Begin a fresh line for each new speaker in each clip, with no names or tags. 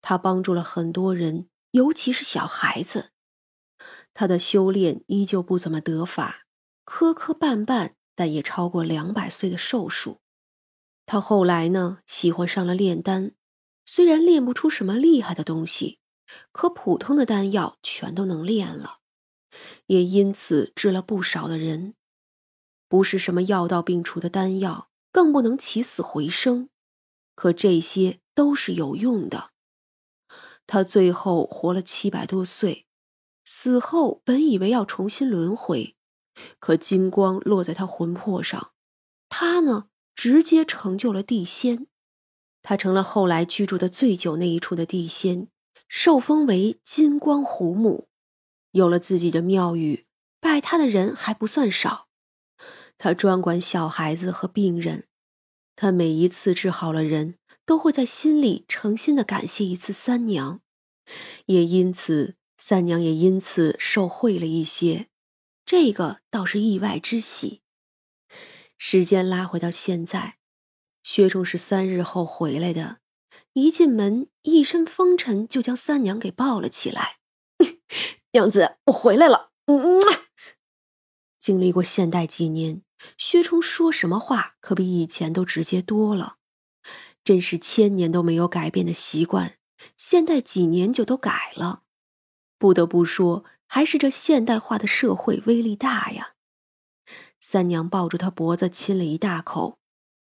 他帮助了很多人，尤其是小孩子。他的修炼依旧不怎么得法，磕磕绊绊，但也超过200岁的寿数。他后来呢，喜欢上了炼丹，虽然炼不出什么厉害的东西，可普通的丹药全都能炼了，也因此治了不少的人。不是什么药到病除的丹药，更不能起死回生，可这些都是有用的。他最后活了700多岁，死后本以为要重新轮回，可金光落在他魂魄上，他呢，直接成就了地仙。他成了后来居住的最久那一处的地仙，受封为金光胡母，有了自己的庙宇，拜他的人还不算少。他专管小孩子和病人，他每一次治好了人，都会在心里诚心地感谢一次三娘，也因此三娘也因此受惠了一些，这个倒是意外之喜。时间拉回到现在，薛仲是3日后回来的，一进门一身风尘就将三娘给抱了起来。娘子，我回来了。经历过现代几年，薛冲说什么话可比以前都直接多了，真是1000年都没有改变的习惯，现代几年就都改了。不得不说，还是这现代化的社会威力大呀。三娘抱住他脖子亲了一大口。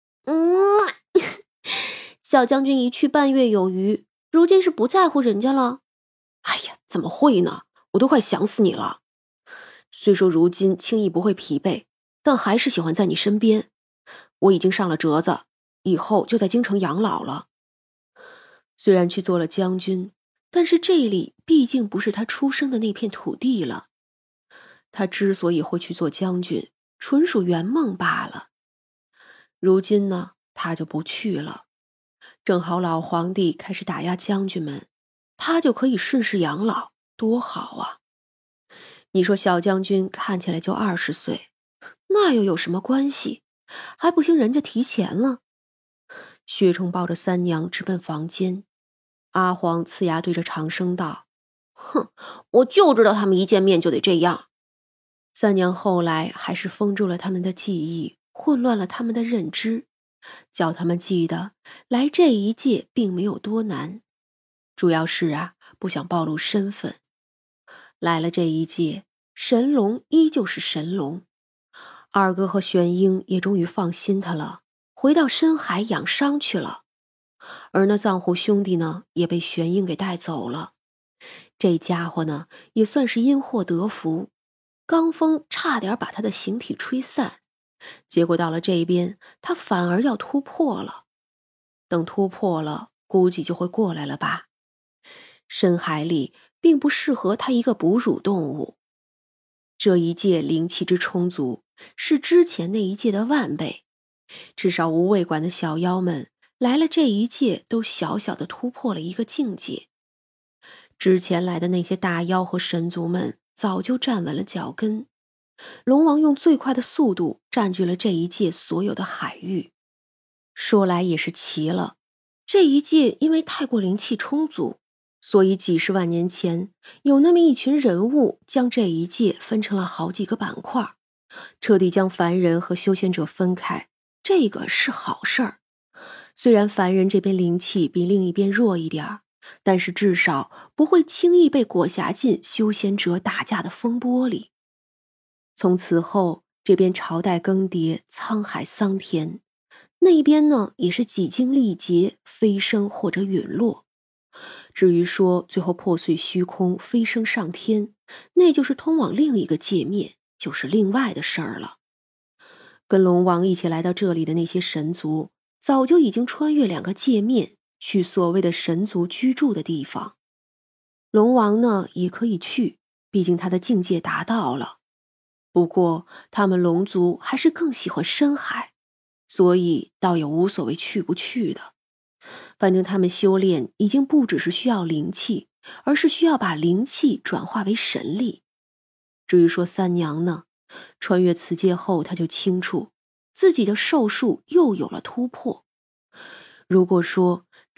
小将军一去半月有余，如今是不在乎人家了？哎呀，怎么会呢？我都快想死你了。虽说如今轻易不会疲惫，但还是喜欢在你身边。我已经上了折子，以后就在京城养老了。虽然去做了将军，但是这里毕竟不是他出生的那片土地了。他之所以会去做将军，纯属圆梦罢了。如今呢，他就不去了。正好老皇帝开始打压将军们，他就可以顺势养老，多好啊！你说小将军看起来就20岁，那又有什么关系？还不行人家提前了。薛冲抱着三娘直奔房间，阿黄呲牙对着长生道：哼，我就知道他们一见面就得这样。三娘后来还是封住了他们的记忆，混乱了他们的认知，叫他们记得来这一届并没有多难，主要是不想暴露身份。来了这一届，神龙依旧是神龙，二哥和玄英也终于放心他了，回到深海养伤去了。而那藏狐兄弟呢，也被玄英给带走了。这家伙呢，也算是因祸得福，罡风差点把他的形体吹散，结果到了这边，他反而要突破了。等突破了，估计就会过来了吧。深海里并不适合他一个哺乳动物。这一届灵气之充足，是之前那一届的10000倍，至少无畏馆的小妖们来了这一届都小小的突破了一个境界。之前来的那些大妖和神族们早就站稳了脚跟，龙王用最快的速度占据了这一届所有的海域。说来也是奇了，这一届因为太过灵气充足，所以几十万年前有那么一群人物将这一届分成了好几个板块，彻底将凡人和修仙者分开，这个是好事儿。虽然凡人这边灵气比另一边弱一点，但是至少不会轻易被裹挟进修仙者打架的风波里。从此后，这边朝代更迭，沧海桑田，那边呢也是几经历劫，飞升或者陨落。至于说最后破碎虚空，飞升上天，那就是通往另一个界面，就是另外的事儿了。跟龙王一起来到这里的那些神族，早就已经穿越2个界面，去所谓的神族居住的地方。龙王呢也可以去，毕竟他的境界达到了。不过他们龙族还是更喜欢深海，所以倒也无所谓去不去的。反正他们修炼已经不只是需要灵气，而是需要把灵气转化为神力。至于说三娘呢，穿越此界后，她就清楚自己的寿数又有了突破。如果说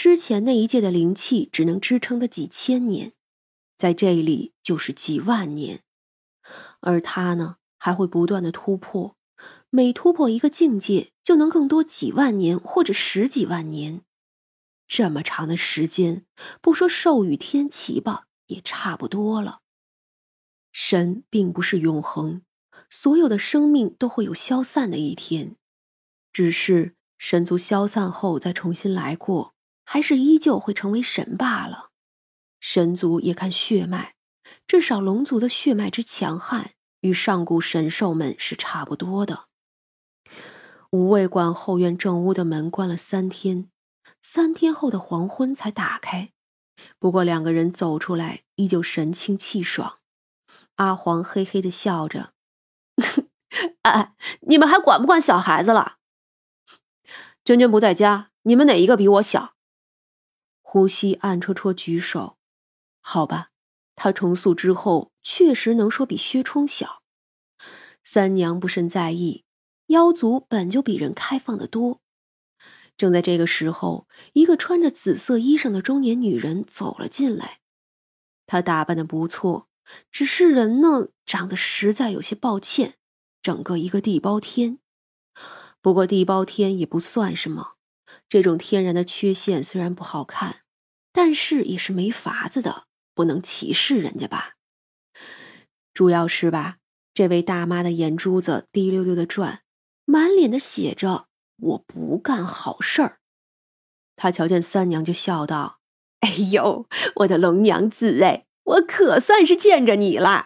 之前那一届的灵气只能支撑的几千年，在这里就是几万年。而它呢，还会不断的突破，每突破一个境界，就能更多几万年或者十几万年。这么长的时间，不说寿与天齐吧，也差不多了。神并不是永恒，所有的生命都会有消散的一天，只是神族消散后再重新来过，还是依旧会成为神罢了。神族也看血脉，至少龙族的血脉之强悍，与上古神兽们是差不多的。无畏馆后院正屋的门关了3天，3天后的黄昏才打开。不过2个人走出来，依旧神清气爽。阿黄嘿嘿地笑着：“哎，你们还管不管小孩子了？”“娟娟不在家，你们哪一个比我小？”呼吸暗戳戳举手。好吧，他重塑之后确实能说比薛冲小。三娘不甚在意，妖族本就比人开放得多。正在这个时候，一个穿着紫色衣裳的中年女人走了进来。她打扮得不错，只是人呢，长得实在有些抱歉，整个一个地包天。不过地包天也不算什么，这种天然的缺陷虽然不好看，但是也是没法子的，不能歧视人家吧。主要是吧，这位大妈的眼珠子滴溜溜的转，满脸的写着我不干好事儿。她瞧见三娘就笑道：“哎呦，我的龙娘子哎，我可算是见着你了。”“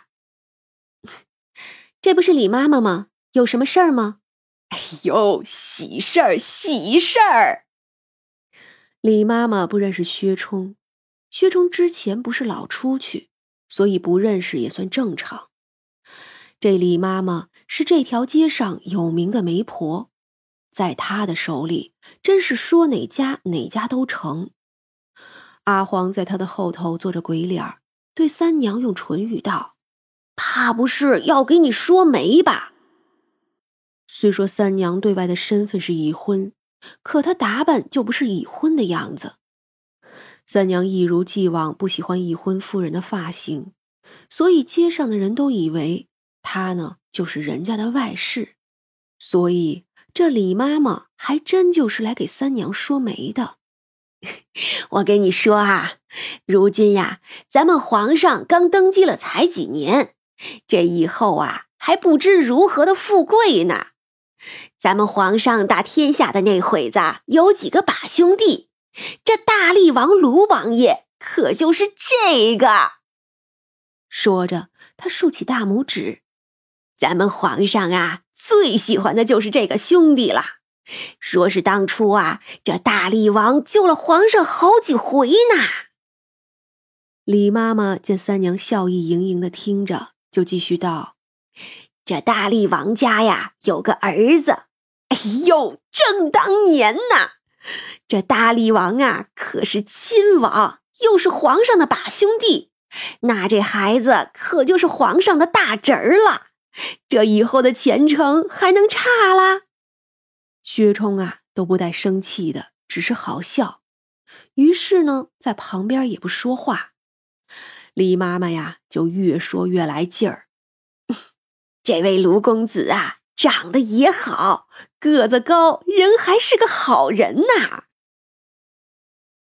这不是李妈妈吗？有什么事儿吗？”“哎呦，喜事儿，喜事儿！”李妈妈不认识薛冲，薛冲之前不是老出去，所以不认识也算正常。这李妈妈是这条街上有名的媒婆，在她的手里，真是说哪家哪家都成。阿黄在她的后头做着鬼脸，对三娘用唇语道：“怕不是要给你说媒吧？”虽说三娘对外的身份是已婚，可她打扮就不是已婚的样子。三娘一如既往不喜欢已婚妇人的发型，所以街上的人都以为她呢就是人家的外室。所以这李妈妈还真就是来给三娘说媒的。我跟你说啊，如今呀，咱们皇上刚登基了才几年，这以后啊还不知如何的富贵呢。咱们皇上打天下的那会子有几个把兄弟，这大力王卢王爷可就是这个。说着他竖起大拇指，咱们皇上啊最喜欢的就是这个兄弟了，说是当初啊这大力王救了皇上好几回呢。李妈妈见三娘笑意盈盈的听着，就继续道：这大力王家呀有个儿子，哎呦正当年呢。这大力王啊可是亲王，又是皇上的把兄弟，那这孩子可就是皇上的大侄儿了，这以后的前程还能差啦？薛冲啊都不带生气的，只是好笑。于是呢在旁边也不说话。李妈妈呀就越说越来劲儿。这位卢公子啊长得也好，个子高，人还是个好人呐。